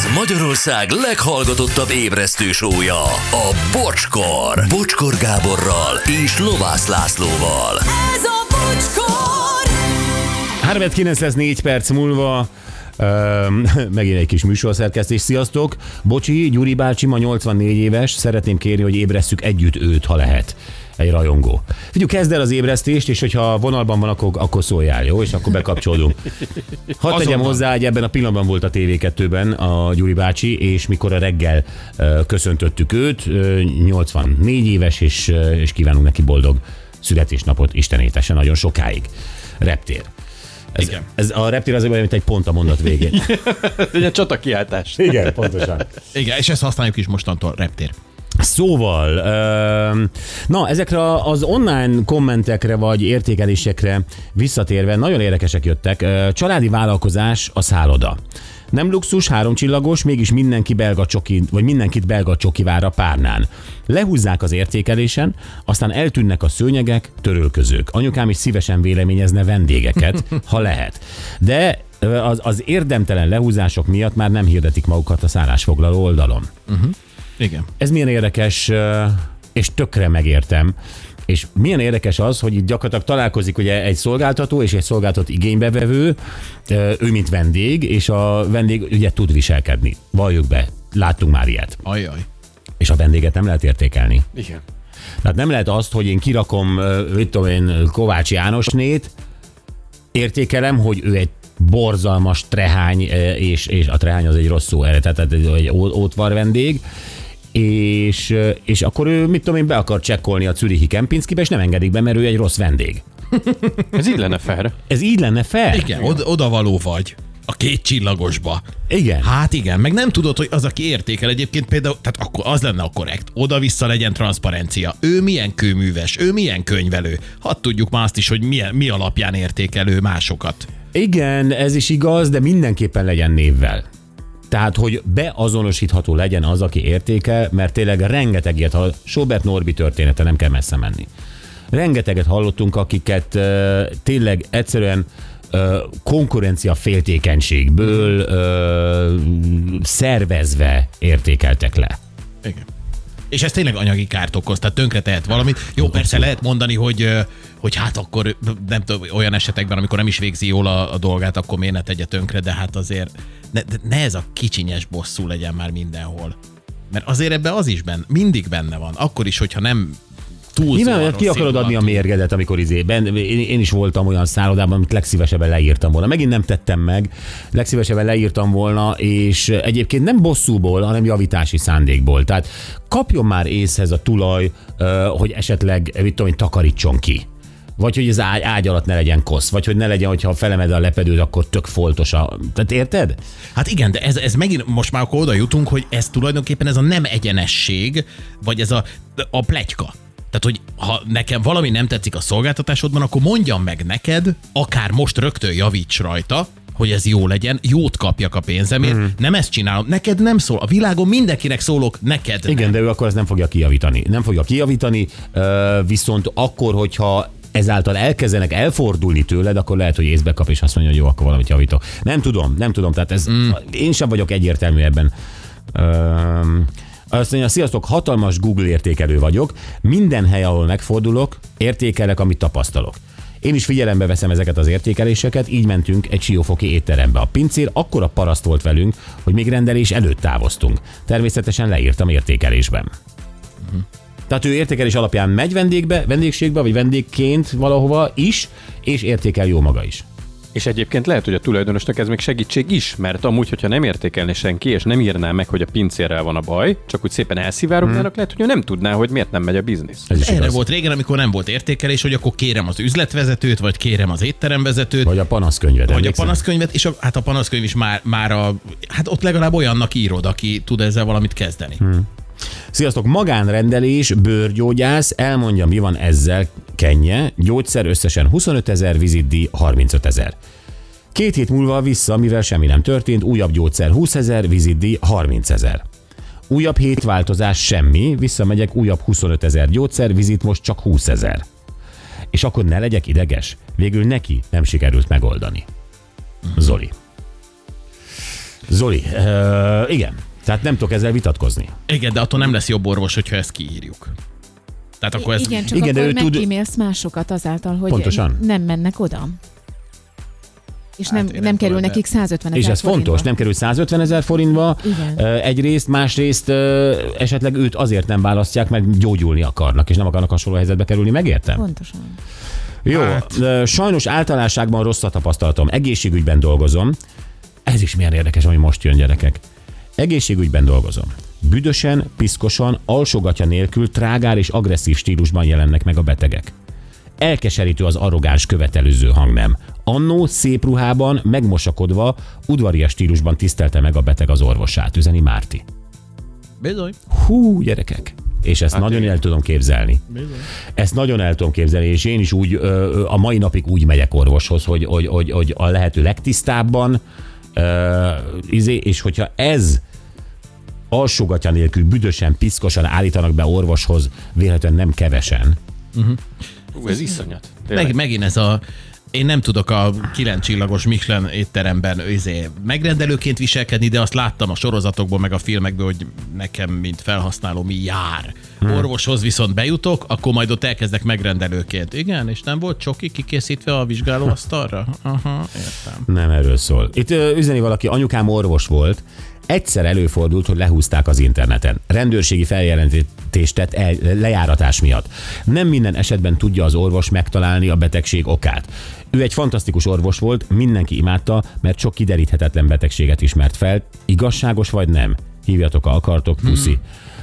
Ez Magyarország leghallgatottabb ébresztő show-ja, a Bocskor. Bocskor Gáborral és Lovász Lászlóval. Ez a Bocskor! 3-9 perc múlva megint egy kis műsorszerkesztés. Sziasztok! Bocsi, Gyuri bácsi ma 84 éves, szeretném kérni, hogy ébresszük együtt őt, ha lehet. Egy rajongó. Figyelj, kezd el az ébresztést, és hogyha vonalban van, akkor szóljál, jó? És akkor bekapcsolódunk. Hadd tegyem hozzá, hogy ebben a pillanatban volt a TV2-ben a Gyuri bácsi, és mikor a reggel köszöntöttük őt, 84 éves, és kívánunk neki boldog születésnapot, Isten étesse nagyon sokáig. Reptér. Ez a reptér azért olyan, mint egy pont a mondat végén. Egy csatakiáltás. Igen, pontosan. Igen, és ezt használjuk is mostantól, reptér. Szóval, na, ezekre az online kommentekre vagy értékelésekre visszatérve nagyon érdekesek jöttek. Családi vállalkozás a szálloda. Nem luxus, 3 csillagos, mégis mindenkit belga csoki vár a párnán. Lehúzzák az értékelésen, aztán eltűnnek a szőnyegek, törölközők. Anyukám is szívesen véleményezne vendégeket, ha lehet. De az érdemtelen lehúzások miatt már nem hirdetik magukat a szállásfoglaló oldalon. Igen. Ez milyen érdekes, és tökre megértem. És milyen érdekes az, hogy itt gyakorlatilag találkozik ugye egy szolgáltató és egy szolgáltató igénybevevő, ő mint vendég, és a vendég ugye tud viselkedni. Valljuk be, láttunk már ilyet. Ajaj. És a vendéget nem lehet értékelni. Igen. Tehát nem lehet azt, hogy én kirakom, Kovács Jánosnét, értékelem, hogy ő egy borzalmas trehány, és a trehány az egy rossz szó erre, tehát egy ótvar vendég, és akkor ő, be akar csekkolni a zürichi Kempinskibe, és nem engedik be, mert ő egy rossz vendég. Ez így lenne fair. Ez így lenne fair? Igen, odavaló vagy. A 2 csillagosba. Igen. Hát igen, meg nem tudod, hogy az, aki értékel egyébként például, tehát akkor az lenne a korrekt. Oda-vissza legyen transzparencia. Ő milyen kőműves, ő milyen könyvelő. Hadd tudjuk már azt is, hogy mi alapján értékelő másokat. Igen, ez is igaz, de mindenképpen legyen névvel. Tehát, hogy beazonosítható legyen az, aki értékel, mert tényleg rengeteg ilyet hall. Sobert Norbi története, nem kell messze menni. Rengeteget hallottunk, akiket tényleg egyszerűen konkurencia féltékenységből szervezve értékeltek le. Igen. És ez tényleg anyagi kárt okoz, tehát tönkre tehet valamit. Jó, persze lehet mondani, hogy hát akkor nem tudom, olyan esetekben, amikor nem is végzi jól a dolgát, akkor miért ne tegye tönkre, de hát azért ne ez a kicsinyes bosszú legyen már mindenhol. Mert azért ebben az is mindig benne van. Akkor is, hogyha nem túlzóan nyilván ki akarod adni a mérgedet, amikor én is voltam olyan szállodában, amit legszívesebben leírtam volna. Megint nem tettem meg, legszívesebben leírtam volna, és egyébként nem bosszúból, hanem javítási szándékból. Tehát kapjon már észhez a tulaj, hogy esetleg, takarítson ki. Vagy hogy az ágy alatt ne legyen kosz, vagy hogy ne legyen, hogyha felemed a lepedőt, akkor tök foltos Tehát érted? Hát igen, de ez megint most már akkor oda jutunk, hogy ez tulajdonképpen ez a nem egyenesség, vagy ez a pletyka. Tehát, hogy ha nekem valami nem tetszik a szolgáltatásodban, akkor mondjam meg neked, akár most rögtön javíts rajta, hogy ez jó legyen, jót kapjak a pénzemért. Nem ezt csinálom, neked nem szól. A világon mindenkinek szólok, neked igen, nem. de ő akkor ezt nem fogja kijavítani. Nem fogja kijavítani, viszont akkor, hogyha ezáltal elkezdenek elfordulni tőled, akkor lehet, hogy észbe kap, és azt mondja, hogy jó, akkor valamit javítok. Nem tudom, tehát ez, én sem vagyok egyértelmű ebben. Azt mondja, sziasztok, hatalmas Google értékelő vagyok, minden hely, ahol megfordulok, értékelek, amit tapasztalok. Én is figyelembe veszem ezeket az értékeléseket, így mentünk egy siófoki étterembe. A pincér akkora paraszt volt velünk, hogy még rendelés előtt távoztunk. Természetesen leírtam értékelésben. Tehát ő értékelés alapján megy vendégségbe, vagy vendégként valahova is, és értékel jó maga is. És egyébként lehet, hogy a tulajdonosnak ez még segítség is, mert amúgy, hogyha nem értékelne senki, és nem írná meg, hogy a pincérrel van a baj, csak úgy szépen elszivárognának, lehet, hogy ő nem tudná, hogy miért nem megy a biznisz. Erre volt régen, amikor nem volt értékelés, hogy akkor kérem az üzletvezetőt, vagy kérem az étteremvezetőt. Vagy a panaszkönyvet. Vagy a panaszkönyvet, és a panaszkönyv is már hát ott legalább olyannak írod, aki tud ezzel valamit kezdeni. Sziasztok, magánrendelés, bőrgyógyász, elmondja, mi van ezzel, Kenye, gyógyszer összesen 25 000, vizitdíj 35 000. 2 hét múlva vissza, mivel semmi nem történt, újabb gyógyszer 20 000, vizitdíj 30 000. Újabb hétváltozás semmi, visszamegyek, újabb 25 000 gyógyszer, vizit most csak 20 000. És akkor ne legyek ideges, végül neki nem sikerült megoldani. Zoli. Zoli, igen. Tehát nem tudok ezzel vitatkozni. Igen, de attól nem lesz jobb orvos, hogyha ezt kiírjuk. Tehát akkor ez... Igen, csak Igen, de akkor ő tud- megkímélsz másokat azáltal, hogy Pontosan. nem mennek oda. És Hát én nem nem kerül tudom, nekik 150 És ezer ez fontos, nem kerül 150 000 forintba, Igen. egyrészt, másrészt esetleg őt azért nem választják, mert gyógyulni akarnak, és nem akarnak hasonló helyzetbe kerülni, megértem? Pontosan. Jó, sajnos általánosságban rossz a tapasztalatom. Egészségügyben dolgozom. Ez is milyen érdekes, ami most jön, gyerekek. Egészségügyben dolgozom. Büdösen, piszkosan, alsógatya nélkül, trágár és agresszív stílusban jelennek meg a betegek. Elkeserítő az arrogáns követelőző hangnem. Annó szép ruhában, megmosakodva, udvarias stílusban tisztelte meg a beteg az orvosát, üzeni Márti. Bizony. Hú, gyerekek. És ezt nagyon igen. el tudom képzelni. Ezt nagyon el tudom képzelni, és én is úgy a mai napig úgy megyek orvoshoz, hogy a lehető legtisztábban, és hogyha ez alsógatya nélkül büdösen, piszkosan állítanak be orvoshoz, véletlenül nem kevesen. Ez iszonyat. Tényleg. Megint ez a... Én nem tudok a 9 csillagos Michelin étteremben megrendelőként viselkedni, de azt láttam a sorozatokból, meg a filmekből, hogy nekem, mint felhasználó, mi jár. Orvoshoz viszont bejutok, akkor majd ott elkezdek megrendelőként. Igen, és nem volt csoki kikészítve a vizsgálóasztalra? Aha, értem. Nem erről szól. Itt üzeni valaki, anyukám orvos volt, egyszer előfordult, hogy lehúzták az interneten. Rendőrségi feljelentést tett lejáratás miatt. Nem minden esetben tudja az orvos megtalálni a betegség okát. Ő egy fantasztikus orvos volt, mindenki imádta, mert sok kideríthetetlen betegséget ismert fel. Igazságos vagy nem? Hívjatok, ha akartok, puszi.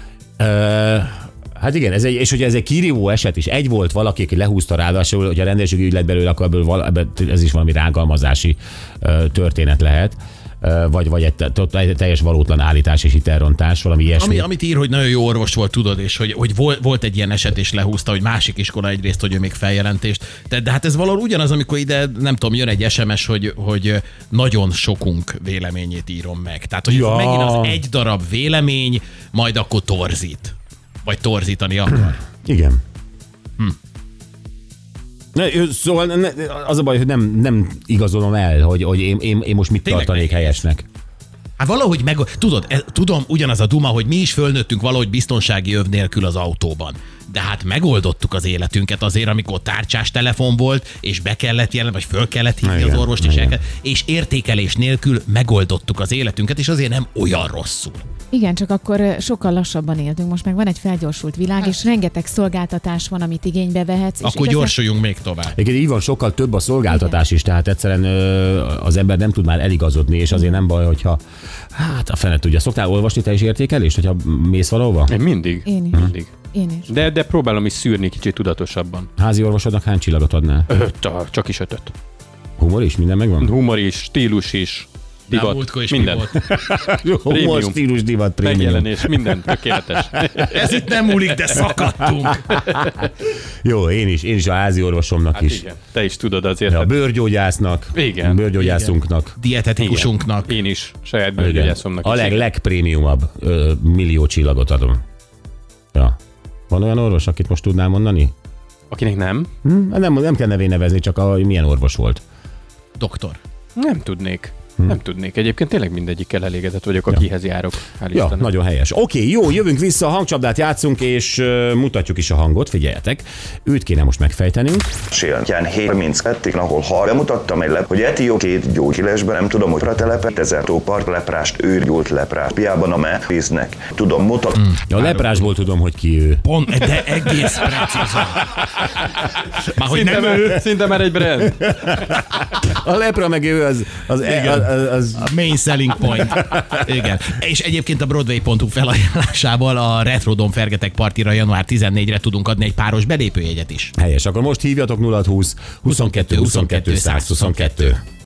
Hát igen, és hogyha ez egy kirívó eset is, egy volt valaki, aki lehúzta ráadásul, hogy a rendőrségi ügy lett belőle, akkor ebből ez is valami rágalmazási történet lehet. Vagy egy teljes valótlan állítás és hitelrontás, valami ilyesmi. Amit ír, hogy nagyon jó orvos volt, tudod, és hogy volt egy ilyen eset, és lehúzta, hogy másik iskola egyrészt, hogy ő még feljelentést. De hát ez valahol ugyanaz, amikor ide, nem tudom, jön egy SMS, hogy nagyon sokunk véleményét írom meg. Tehát, hogy Ja. ez megint az egy darab vélemény, majd akkor torzít. Vagy torzítani akar. Igen. Szóval az a baj, hogy nem igazolom el, hogy én most mit Tényleg tartanék nehéz. helyesnek. Hát valahogy tudom, ugyanaz a duma, hogy mi is fölnőttünk valahogy biztonsági öv nélkül az autóban. De hát megoldottuk az életünket azért, amikor tárcsás telefon volt, és be kellett jelen, vagy föl kellett hívni Igen, az orvost, igen. és értékelés nélkül megoldottuk az életünket, és azért nem olyan rosszul. Igen, csak akkor sokkal lassabban éltünk. Most meg van egy felgyorsult világ, és rengeteg szolgáltatás van, amit igénybe vehetsz. és Akkor igazán- gyorsuljunk még tovább. Egyébként így van, sokkal több a szolgáltatás is, tehát egyszerűen az ember nem tud már eligazodni, és azért nem baj, hogyha hát a fene tudja. Szoktál olvasni te is értékelést, hogyha mész valahova? Én mindig. Én is. Mindig. Én is. De próbálom is szűrni kicsit tudatosabban. Házi orvosodnak hány csillagot adnál? Csak is 5. Humor is? Minden megvan? Humor is, stílus is, De divat, múltkor is minden. mi volt? Humor, Prémium. stílus, divat, prémium. Megjelenés, minden tökéletes. Ez itt nem múlik, de szakadtunk. Jó, én is a házi orvosomnak Hát is. igen, te is tudod azért. A bőrgyógyásznak, Igen. bőrgyógyászunknak. Dietetikusunknak. Én is, saját Igen. bőrgyógyászomnak A is. igen. legprémiumabb millió csillagot adom. Ja. Van olyan orvos, akit most tudnál mondani? Akinek nem, Nem kell nevén nevezni, csak milyen orvos volt. Doktor. nem tudnék. Nem tudnék. Egyébként tényleg mindegyikkel elégedett vagyok, akihez járok. Hál' Ja, Istennek. nagyon helyes. Oké, jó, jövünk vissza, a hangcsapdát játszunk, és mutatjuk is a hangot, figyeljetek. Őt kéne most megfejtenünk. Séltján 7.32, ahol bemutattam egy hogy Etióp gyógyhilesben, nem tudom, hogy a telepet, ezer tópart leprást, őrgyúlt leprás, piában a víznek. Tudom, mutatni. A leprásból tudom, hogy ki ő. Pont, de egész precízen. Már hogy nem ő. Szinte már egy brand. A lepra meg ő az A main selling point. Igen. És egyébként a Broadway.hu felajánlásával a Retrodome Fergetek partira január 14-re tudunk adni egy páros belépőjegyet is. helyes. Akkor most hívjatok 020 22 22 122.